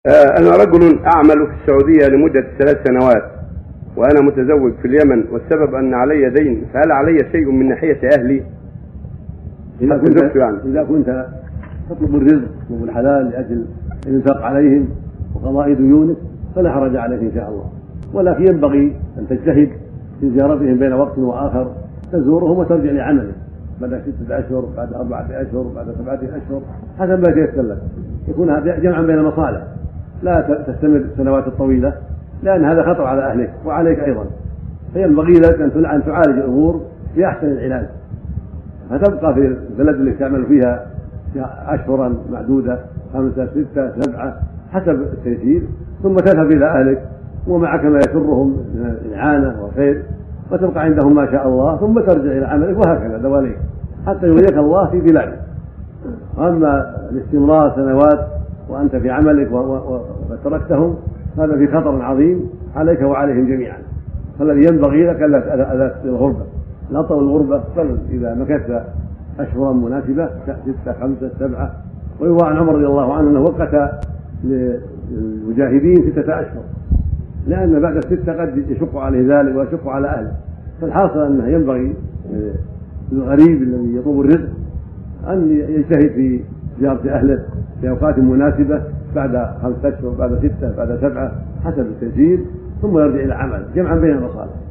أنا رجل أعمل في السعودية لمدة 3 سنوات، وأنا متزوج في اليمن، والسبب أن علي دين، فهل علي شيء من ناحية أهلي؟ إذا كنت تطلب الرزق والحلال لأجل الإنفاق عليهم وقضاء ديونك فلا حرج عليك إن شاء الله، ولكن ينبغي أن تجتهد في زيارتهم بين وقت وآخر، تزورهم وترجع لعملك بعد 6 أشهر، بعد 4 أشهر، بعد 7 أشهر، حسب ما تيسر لك. يكون هذا جمعا بين المصالح، لا تستمر السنوات الطويلة، لأن هذا خطر على أهلك وعليك أيضا. فينبغي لك أن تعالج الأمور بأحسن العلاج، فتبقى في البلد اللي تعمل فيها أشهرا معدودة 5 6 7 حسب التيسير، ثم تذهب إلى أهلك ومعك ما يسرهم من الإعانة والخير، وتبقى عندهم ما شاء الله، ثم ترجع إلى عملك، وهكذا دواليك حتى يوليك الله في بلادك. أما الاستمرار سنوات وأنت في عملك وتركتهم هذا في خطر عظيم عليك وعليهم جميعا. فالذي ينبغي لك ألا تطيل الغربة، لا تطول الغربة، بل إذا مكثت أشهرا مناسبة 6 5 7. ويروى عن عمر رضي الله عنه أنه وقت للمجاهدين 6 أشهر، لأن بعد 6 قد يشق عليه ذلك ويشق على أهله. فالحاصل أنه ينبغي للغريب الذي يطلب الرزق أن يجتهد في زيارة أهله في أوقات مناسبة، بعد 5 أشهر، بعد 6، بعد 7 حسب التيسير، ثم يرجع إلى عمل جمعا بين المصالح.